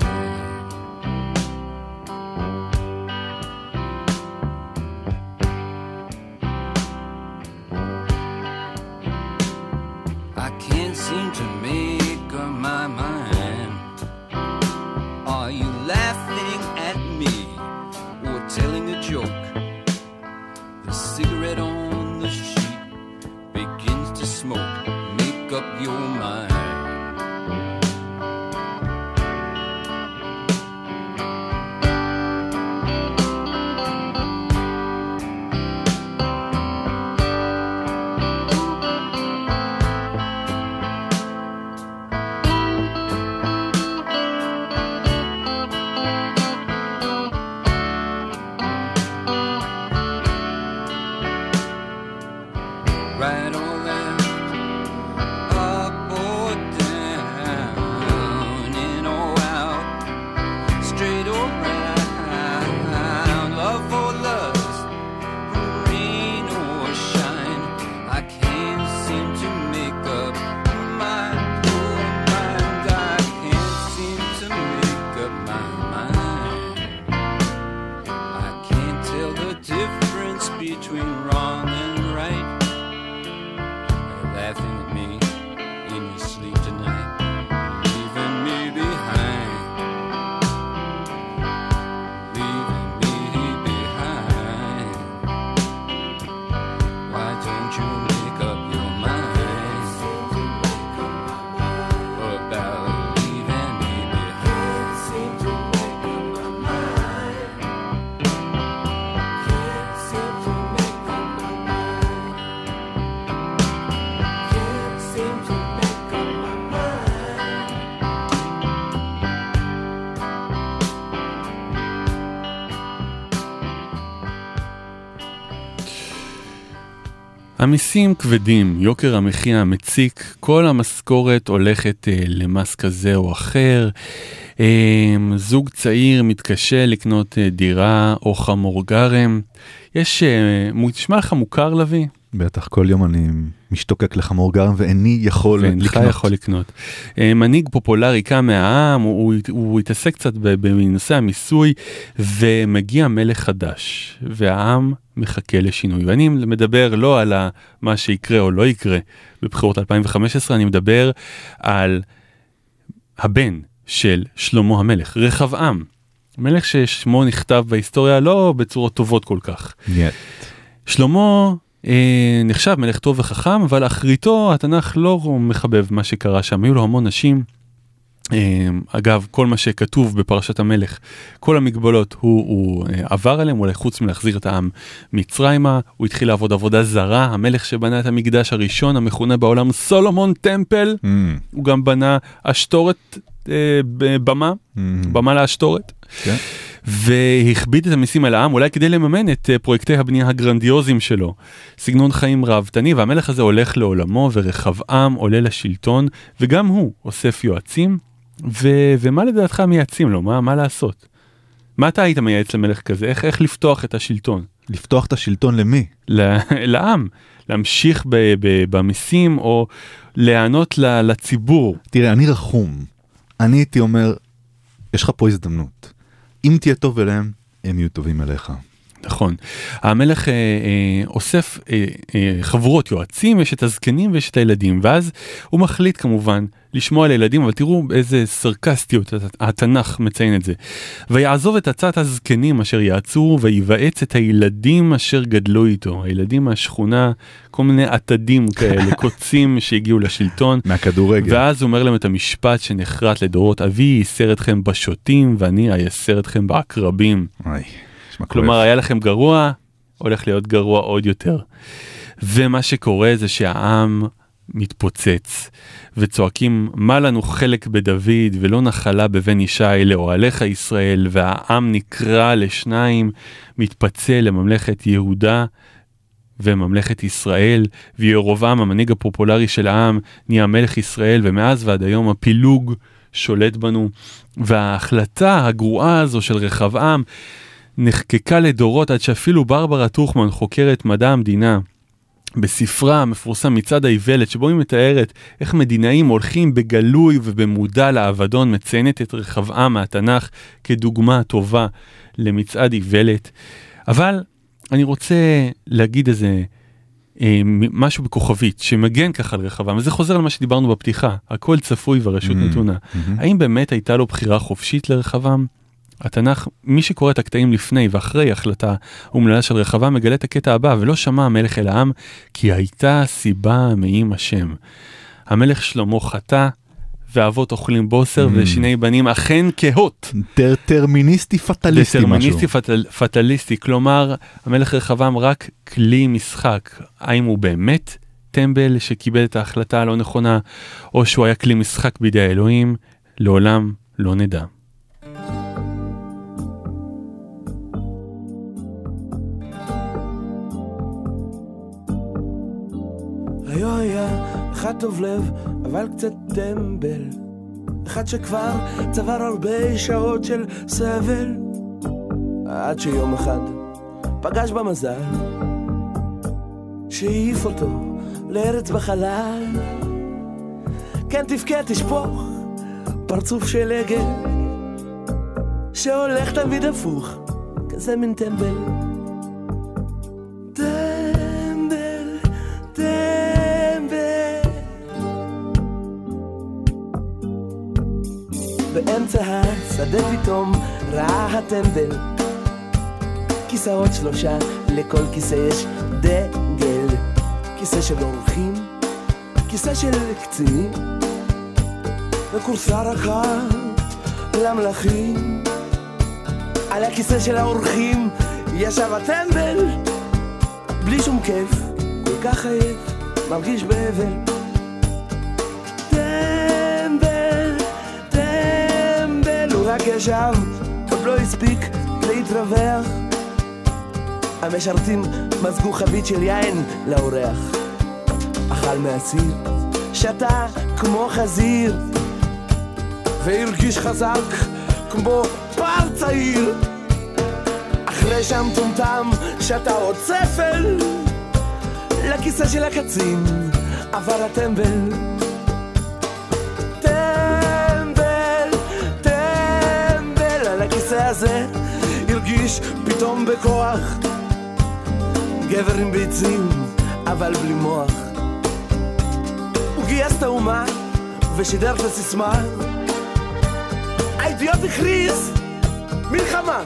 I can't seem to make up my mind. Are you laughing at me or telling a joke? The cigarette on the sheet begins to smoke. Make up your mind. Right or left, up or המיסים כבדים, יוקר המחיה מציק, כל המשכורת הולכת למס כזה או אחר, זוג צעיר מתקשה לקנות דירה או חמור גרם. נשמע לך מוכר לוי? בטח, כל יום אני משתוקק לחמור גרם ואיני יכול לקנות. ואינך יכול לקנות. מנהיג פופולרי קם מהעם, הוא התעסק קצת בנושא המיסוי, ומגיע מלך חדש, והעם מחכה לשינוי. ואני מדבר לא על מה שיקרה או לא יקרה בבחירות 2015, אני מדבר על הבן של שלמה המלך, רחבעם. מלך ששמו נכתב בהיסטוריה לא בצורות טובות כל כך. שלמה נחשב מלך טוב וחכם, אבל אחריתו התנ"ך לא מחבב מה שקרה שם. היו לו המון נשים. אגב, כל מה שכתוב בפרשת המלך, כל המגבלות הוא עבר עליהם, אולי חוץ מלהחזיר את העם מצרימה, הוא התחיל לעבוד עבודה זרה, המלך שבנה את המקדש הראשון, המכונה בעולם סולומון טמפל, הוא גם בנה אשתורת במה לאשתורת. כן. והכביד את המיסים על העם, אולי כדי לממן את פרויקטי הבנייה הגרנדיוזיים שלו. סגנון חיים ראוותני, והמלך הזה הולך לעולמו, ורחבעם עולה לשלטון, וגם הוא אוסף יועצים, ומה לדעתך מייעצים לו? מה לעשות? מה אתה היית מייעץ למלך כזה? איך לפתוח את השלטון? לפתוח את השלטון למי? לעם. להמשיך במיסים, או להיענות לציבור. תראה, אני רחום. אני הייתי אומר, יש לך פה הזדמנות. אם תהיה טוב אליהם, הם יהיו טובים אליך. נכון. המלך אוסף חברות יועצים, יש את הזקנים ויש את הילדים, ואז הוא מחליט כמובן לשמוע על הילדים, אבל תראו איזה סרקסטיות התנ"ך מציין את זה. ויעזוב את עצת הזקנים אשר יעצו, ויבאץ את הילדים אשר גדלו איתו. הילדים מהשכונה, כל מיני עתדים כאלה, קוצים שהגיעו לשלטון. מהכדורגל. ואז הוא אומר להם את המשפט שנחרט לדורות, אבי ייסר אתכם בשוטים, ואני אייסר אתכם בעקרבים. כלומר, היה לכם גרוע, הולך להיות גרוע עוד יותר. ומה שקורה זה שהעם מתפוצץ, וצועקים, מה לנו חלק בדוד, ולא נחלה בבן ישי, לאוהליך ישראל, והעם נקרא לשניים, מתפצל לממלכת יהודה וממלכת ישראל, וירובעם, המנהיג הפופולרי של העם, נהיה מלך ישראל, ומאז ועד היום הפילוג שולט בנו, וההחלטה הגרועה הזו של רחבעם, נחקקה לדורות עד שאפילו ברברה טוכמן, חוקרת מדע המדינה, בספרה המפורסם מצד האיוולת, שבו היא מתארת איך מדינאים הולכים בגלוי ובמודע לעבדון, מציינת את רחבעם מהתנ"ך כדוגמה טובה למצעד איוולת. אבל אני רוצה להגיד איזה משהו בכוכבית שמגן ככה על רחבעם, וזה חוזר למה שדיברנו בפתיחה, הכל צפוי והרשות נתונה. האם באמת הייתה לו בחירה חופשית לרחבעם? התנ"ך, מי שקורא את הקטעים לפני ואחרי החלטה אומללה של רחבעם מגלה את הקטע הבא, ולא שמע המלך אל העם, כי הייתה סיבה מעם השם. המלך שלמה חטא, ואבות אוכלים בוסר, ושיני בנים אכן כהות. דטרמיניסטי פטליסטי משהו. דטרמיניסטי פטליסטי, כלומר, המלך רחבעם רק כלי משחק. האם הוא באמת טמבל שקיבל את ההחלטה הלא נכונה, או שהוא היה כלי משחק בידי האלוהים? לעולם לא נדע. היה אחד טוב לב, אבל קצת טמבל, אחד שכבר צבר הרבה שעות של סבל, עד שיום אחד פגש במזל שהעיף אותו לארץ בחלל. כן תבכה תשפוך פרצוף של עגל שהולך תמיד הפוך, כזה מן טמבל. באמצע השדה פתאום ראה הטמבל כיסאות 3, לכל כיסא יש דגל, כיסא של אורחים, כיסא של קצינים, וכורסה רכה למלכים. על הכיסא של האורחים ישב הטמבל בלי שום כיף, כל כך עייף, מרגיש באבל. רק ישב, עוד לא הספיק להתרווח, המשרתים מזגו חבית של יין לאורח, אכל מהסיר, שתה כמו חזיר, והרגיש חזק כמו פר צעיר. אחרי שם טומטם שתה עוד ספל, לכיסא של הקצין עבר הטמבל. טמבל, טמבל, על הכיסא הזה הרגיש פתאום בכוח, גבר עם ביצים אבל בלי מוח. הוא גייס את האומה ושידר את הסיסמה, האידיוט הכריז מלחמה.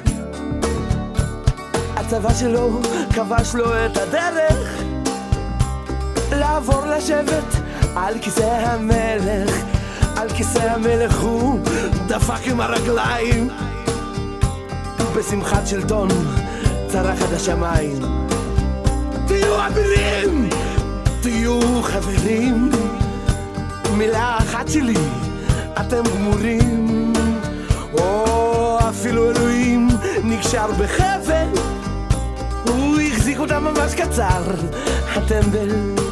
הצבא שלו כבש לו את הדרך לעבור לשבת על כיסא המלך. על כיסא המלך הוא דפק עם הרגליים, בשמחת שלטון צרח עד השמיים. תהיו אבירים, תהיו חברים, מילה אחת שלי אתם גמורים. או אפילו אלוהים נקשר בחבל, הוא החזיק אותם ממש קצר, הטמבל.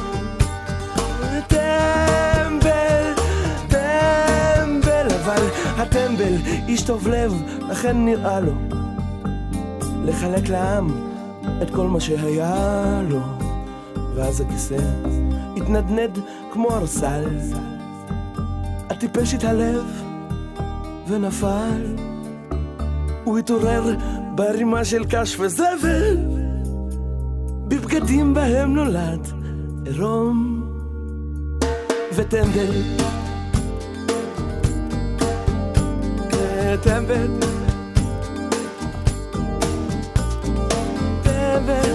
טמבל, טמבל, אבל הטמבל איש טוב לב, לכן נראה לו לחלק לעם את כל מה שהיה לו. ואז הכיסא התנדנד כמו ארסל, הטיפש התהלב ונפל. הוא התעורר ברימה של קש וזבל, בבגדים בהם נולד עירום וטמבל. טמבל, טמבל.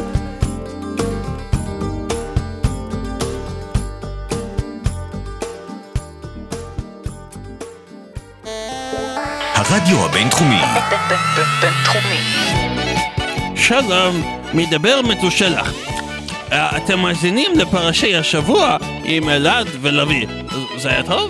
הרדיו הבינתחומי. בינתחומי. שלום, מדבר מתושלח. אתם מאזינים לפרשי השבוע עם אלעד ולוי. זה היה טוב?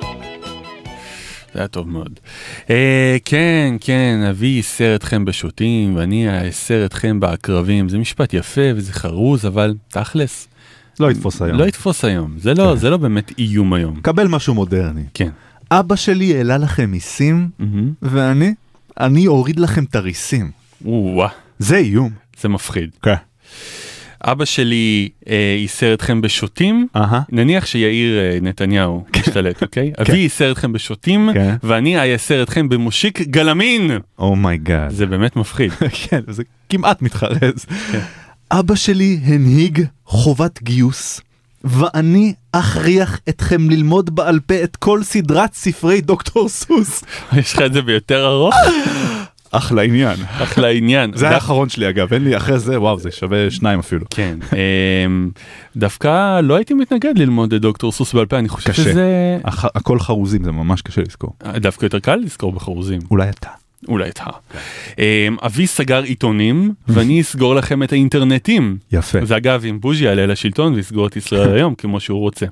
זה היה טוב מאוד. כן, כן, אבי ייסר אתכם בשוטים, ואני אייסר אתכם בעקרבים. זה משפט יפה וזה חרוז, אבל תכלס. לא יתפוס היום. לא יתפוס היום. זה לא באמת איום היום. קבל משהו מודרני. כן. אבא שלי העלה לכם מיסים, ואני אוריד לכם תריסים. זה איום. זה מפחיד. כן. אבא שלי ייסר אתכם בשוטים, נניח שיאיר נתניהו משתלט, אוקיי? אבי ייסר אתכם בשוטים, ואני אייסר אתכם במושיק גלמין. אומייגאד. זה באמת מפחיד. כן, זה כמעט מתחרז. אבא שלי הנהיג חובת גיוס, ואני אכריח אתכם ללמוד בעל פה את כל סדרת ספרי דוקטור סוס. יש לך את זה ביותר ארוך? אחלה עניין. אחלה עניין. זה האחרון שלי אגב, אין לי אחרי זה, וואו, זה שווה 2 אפילו. כן. דווקא לא הייתי מתנגד ללמוד דוקטור סוס בעל פה, אני חושב שזה... הכל חרוזים, זה ממש קשה לזכור. דווקא יותר קל לזכור בחרוזים. אולי אתה. אבי סגר עיתונים, ואני אסגור לכם את האינטרנטים. יפה. זה אגב, אם בוז'י יעלה לשלטון ויסגור את ישראל היום, כמו שהוא רוצה.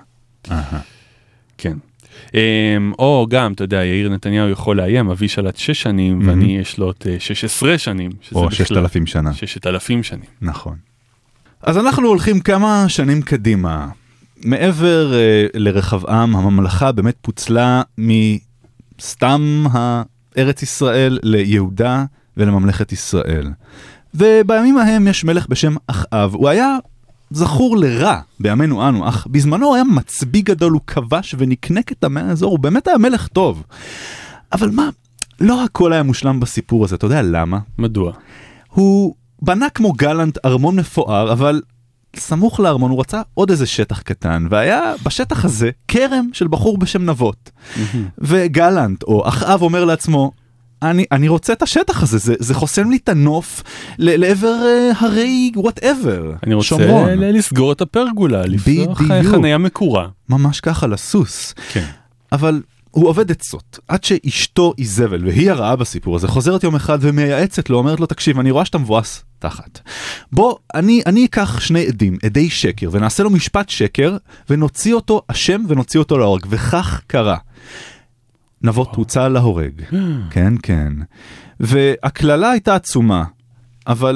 כן. או גם, אתה יודע, יאיר נתניהו יכול לאיים, אבי שלט 6 שנים, ואני יש לו 16 שנים. או 6,000 שנה. 6,000 שנים. נכון. אז אנחנו הולכים כמה שנים קדימה. מעבר לרחבעם, הממלכה באמת פוצלה מסתם ארץ ישראל ליהודה ולממלכת ישראל. ובימים ההם יש מלך בשם אחאב. הוא היה זכור לרע בימינו אנו, אך בזמנו הוא היה מצביא גדול, הוא כבש ונקנק את עמי האזור, הוא באמת היה מלך טוב. אבל מה, לא הכל היה מושלם בסיפור הזה, אתה יודע למה? מדוע? הוא בנה כמו גלנט ארמון מפואר, אבל סמוך לארמון הוא רצה עוד איזה שטח קטן, והיה בשטח הזה כרם של בחור בשם נבות. וגלנט או אחאב אומר לעצמו, אני רוצה את השטח הזה, זה חוסם לי את הנוף לעבר הרי whatever. אני רוצה לסגור את הפרגולה, לפתוח חניה מקורה. ממש ככה, לסוס. כן. אבל הוא עובד עצות, עד שאשתו איזבל, והיא הרעה בסיפור הזה, חוזרת יום אחד ומייעצת לו, אומרת לו, תקשיב, אני רואה שאתה מבואס תחת. בוא, אני אקח 2 עדים, עדי שקר, ונעשה לו משפט שקר, ונוציא אותו אשם ונוציא אותו להורג, וכך קרה. נבות הוצא להורג. כן, כן. והכללה הייתה עצומה, אבל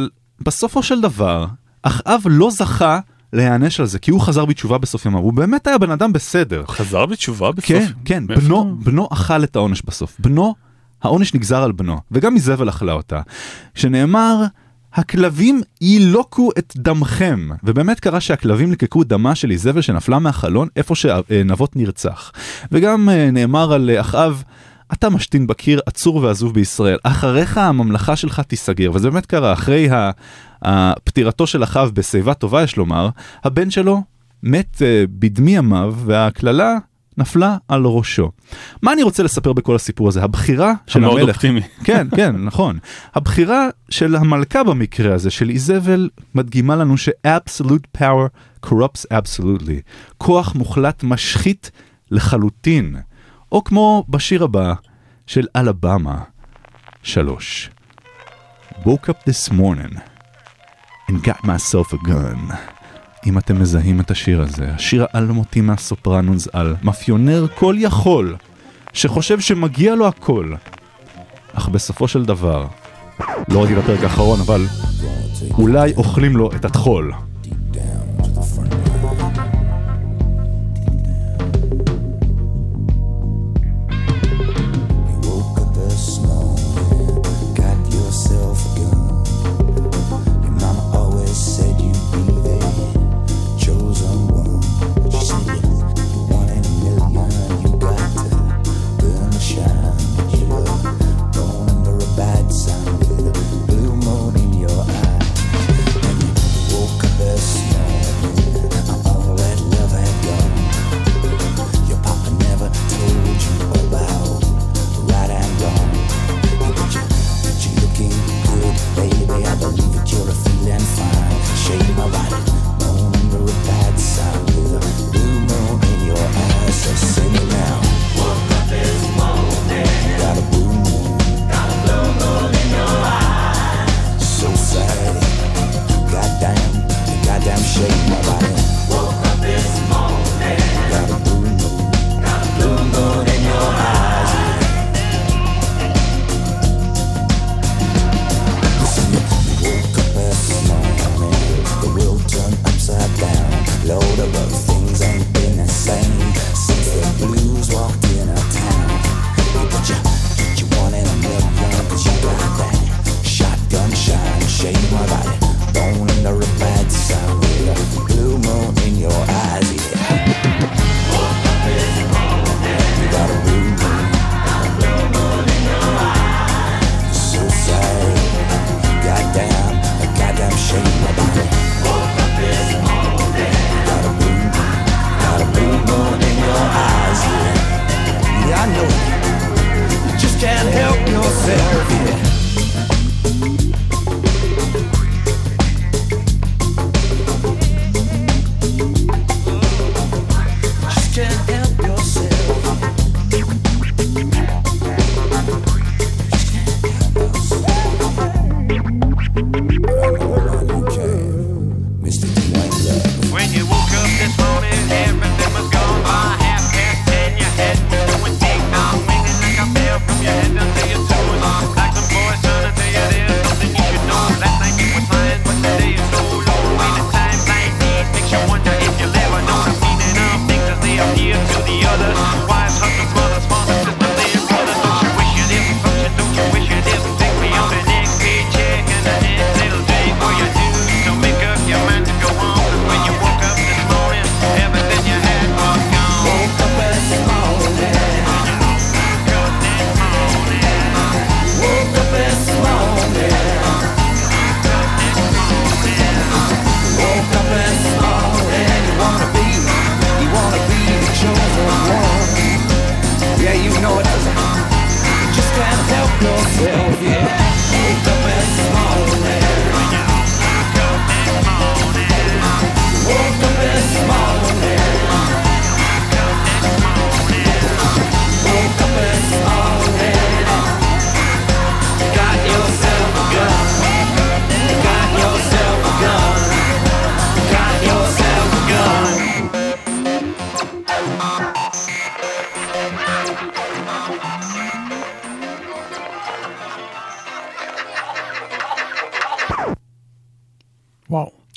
בסופו של דבר, אחאב לא זכה להיענש על זה, כי הוא חזר בתשובה בסוף ימיו. הוא באמת היה בן אדם בסדר. חזר בתשובה בסוף? כן, כן. בנו אכל את העונש בסוף. העונש נגזר על בנו, וגם איזבל אכלה אותה. שנאמר, הכלבים ילוקו את דמכם, ובאמת קרה שהכלבים לקקו דמה של איזבל שנפלה מהחלון, איפה שנבות נרצח. וגם נאמר על אחאב, אתה משתין בקיר, עצור ועזוב בישראל. אחריך הממלכה שלך תיסגר, וזה באמת קרה. אחרי הפטירתו של אחאב בשיבה טובה, יש לומר, הבן שלו מת בדמי ימיו, והכללה נפלה על ראשו. מה אני רוצה לספר בכל הסיפור הזה? הבחירה של המלך... אופטימי. כן, כן, נכון. הבחירה של המלכה במקרה הזה, של איזבל, מדגימה לנו ש-absolute power corrupts absolutely. כוח מוחלט משחית לחלוטין. או כמו בשיר הבא של אלבמה 3. Woke up this morning and got myself a gun. אם אתם מזהים את השיר הזה, השיר האלמותי מהסופרנוס על מאפיונר כל יכול, שחושב שמגיע לו הכל, אך בסופו של דבר, לא ראיתי לפרק האחרון, אבל אולי אוכלים לו את התחול.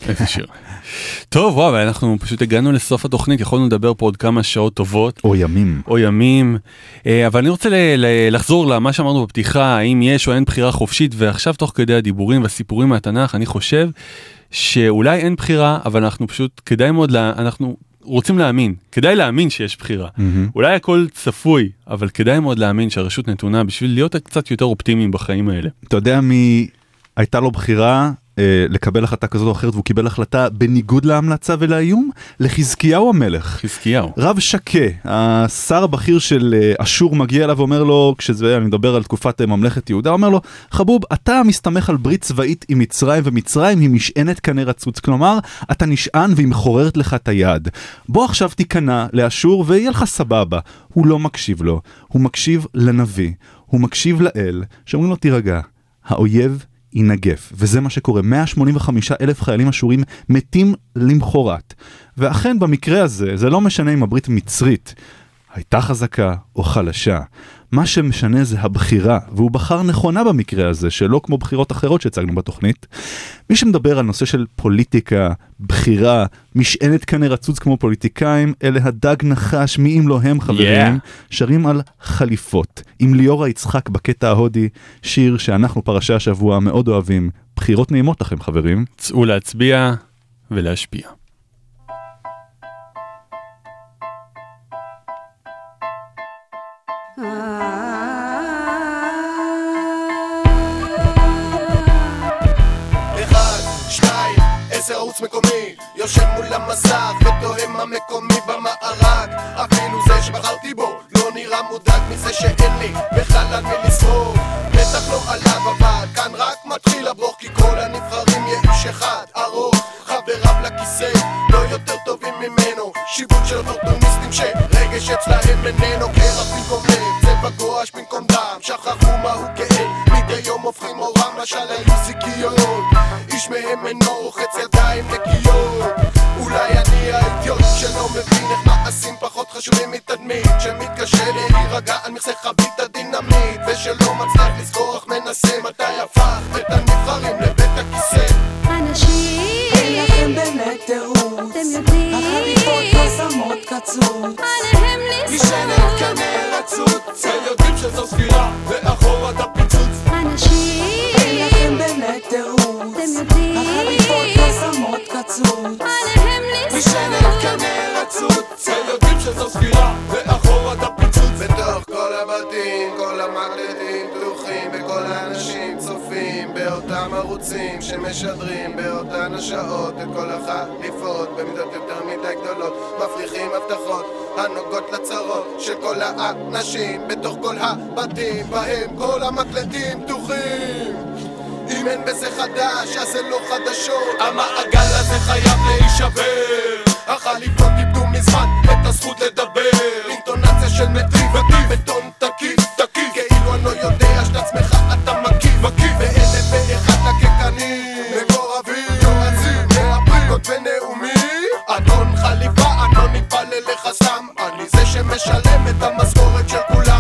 איזה שיר. טוב, וואו, אנחנו פשוט הגענו לסוף התוכנית, יכולנו לדבר פה עוד כמה שעות טובות. או ימים. או ימים. אבל אני רוצה לחזור למה שאמרנו בפתיחה, האם יש או אין בחירה חופשית, ועכשיו תוך כדי הדיבורים והסיפורים מהתנ"ך, אני חושב שאולי אין בחירה, אבל אנחנו פשוט, כדאי מאוד, אנחנו רוצים להאמין, כדאי להאמין שיש בחירה. אולי הכל צפוי, אבל כדאי מאוד להאמין שהרשות נתונה בשביל להיות קצת יותר אופטימיים בחיים האלה. אתה יודע מי הייתה לו בחירה לקבל החלטה כזאת או אחרת, והוא קיבל החלטה בניגוד להמלצה ולאיום? לחזקיהו המלך. חזקיהו. רב שקה, השר הבכיר של אשור מגיע אליו ואומר לו, כשזה, אני מדבר על תקופת ממלכת יהודה, אומר לו, חבוב, אתה מסתמך על ברית צבאית עם מצרים, ומצרים היא משענת קנה רצוץ, כלומר, אתה נשען והיא מחוררת לך את היד. בוא עכשיו תיכנע לאשור ויהיה לך סבבה. הוא לא מקשיב לו, הוא מקשיב לנביא, הוא מקשיב לאל, שאומרים לו תירגע, האויב ינגף, וזה מה שקורה. 185,000 חיילים אשורים מתים למחרת. ואכן במקרה הזה, זה לא משנה אם הברית מצרית הייתה חזקה או חלשה. מה שמשנה זה הבחירה, והוא בחר נכונה במקרה הזה, שלא כמו בחירות אחרות שהצגנו בתוכנית. מי שמדבר על נושא של פוליטיקה, בחירה, משענת קנה רצוץ כמו פוליטיקאים, אלה הדג נחש, מי אם לא הם חברים, שרים על חליפות. עם ליאורה יצחק בקטע ההודי, שיר שאנחנו פרשי השבוע מאוד אוהבים. בחירות נעימות לכם חברים. צאו להצביע ולהשפיע. ערוץ מקומי יושב מול המסך ותוהם המקומי במערק, אפילו זה שבחרתי בו לא נראה מודאג מזה שאין לי בכלל על מי לסמוך, בטח לא עליו, אבל כאן רק מתחיל הברוך, כי כל הנבחרים יש אחד ארוך, חבריו לכיסא לא יותר טובים ממנו, שיווק של אופורטוניסטים שרגש אצלהם איננו, קרח במקום לב, צבע גואש במקום דם, שכחו מהו כאב, מדי יום הופכים אורם, משל היו זיכיונות, איש מהם אינו רוחץ ידיים נקיות, אולי אני האידיוט שלא מבין איך מעשים פחות חשובים מתדמית, שמתקשה להירגע על מכסה חבית הדינמית, ושלא מצליח לזכור אך מנסה מתי הפך את הנבחרים לבית הכיסא. אנשים אין לכם באמת תירוץ, אתם יודעים החליפות לא שמות קצוץ, עליהם משענת קנה רצוץ, הם יודעים שזו ספירה ואחורה את הפיצוץ. אנשים אין לכם באמת תירוץ, אתם יודעים החליפות לא שמות קצוץ, עליהם משענת קנה רצוץ, הם יודעים שזו ספירה ואחורה את הפיצוץ. בתוך כל הבתים, כל המקלטים פתוחים, וכל האנשים צופים באותם ערוצים שמשדרים באותן השעות את כל החליפות במידות יותר מדי גדולות, מפריחים הבטחות הנוגעות לצרות של כל האנשים בתוך כל הבתים בהם כל המקלטים פתוחים. אם אין בזה חדש, אז זה לא חדשות, המעגל הזה חייב להישבר, החליפות איבדו מזמן את הזכות לדבר, אינטונציה של מטריב בטון תקיף, כאילו אני לא יודע שלעצמך אתה מקיף, ואלה באחד לקקנים מקורבים, יועצים, מהפריקות ונאומים, אדון חליפה, אדון נפעל אליך סתם, אני זה שמשלם את המשכורת של כולם.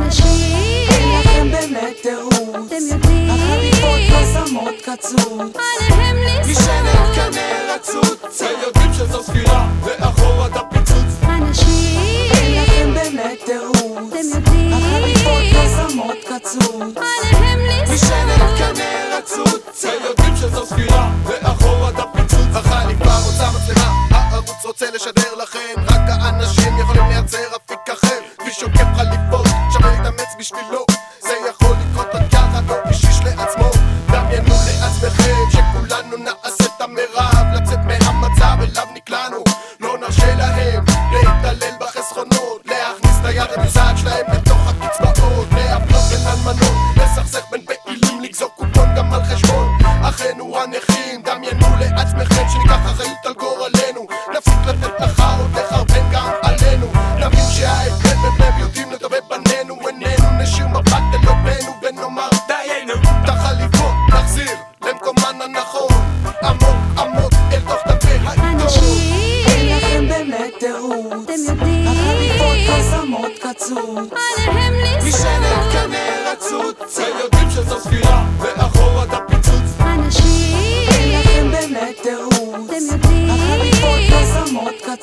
אנשים אין לכם באמת תירוץ, אתם יודעים החליפות לא שמות קצוץ, עליהם משענת קנה רצוץ, הם יודעים שזו ספירה ואחורה את הפיצוץ. אנשים אין לכם באמת תירוץ, אתם יודעים החליפות לא שמות קצוץ, עליהם משענת קנה רצוץ, הם יודעים שזו ספירה ואחורה את הפיצוץ. החליפה רוצה מצלמה, הערוץ רוצה לשדר לכם, רק האנשים יכולים לייצר אפיק אחר, כפי שוקף חליפות שווה להתאמץ בשבילו, זה יכול לקרות עד ככה לא אישיש לעצמו. דמיינו לעצמכם שכולנו נעשה את המרב לצאת מהמצב אליו נקלענו, לא נרשה להם להתעלל בחסכונות, להכניס את היד המזעד שלהם לתוך הקצבאות, להפלות בין אלמנות, לסכסך בין פעילים, לגזור קופון גם על חשבון אחינו הנכים. דמיינו לעצמכם שניקח אחריות על גורלנו, נפסיק לתת לחרות לחרבן גם עלינו, נבין שההבדל בין בני יודעים לדבר בנינו, איננו נשאיר מבט אל לבנו ונאמר דיינו, את החליפות נחזיר למקומן הנכון, עמוק עמוק אל תוך דפי העיתון. אנשים אין לכם באמת תירוץ, אתם יודעים החליפות לא שמות קצוץ, עליהם משענת קנה רצוץ, הם יודעים שזו ספירה ואחורה את הפיצוץ. אנשים אין לכם באמת תירוץ,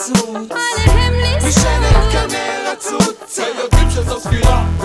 קצוץ משענת קנה רצוץ ויודעים שזו ספירה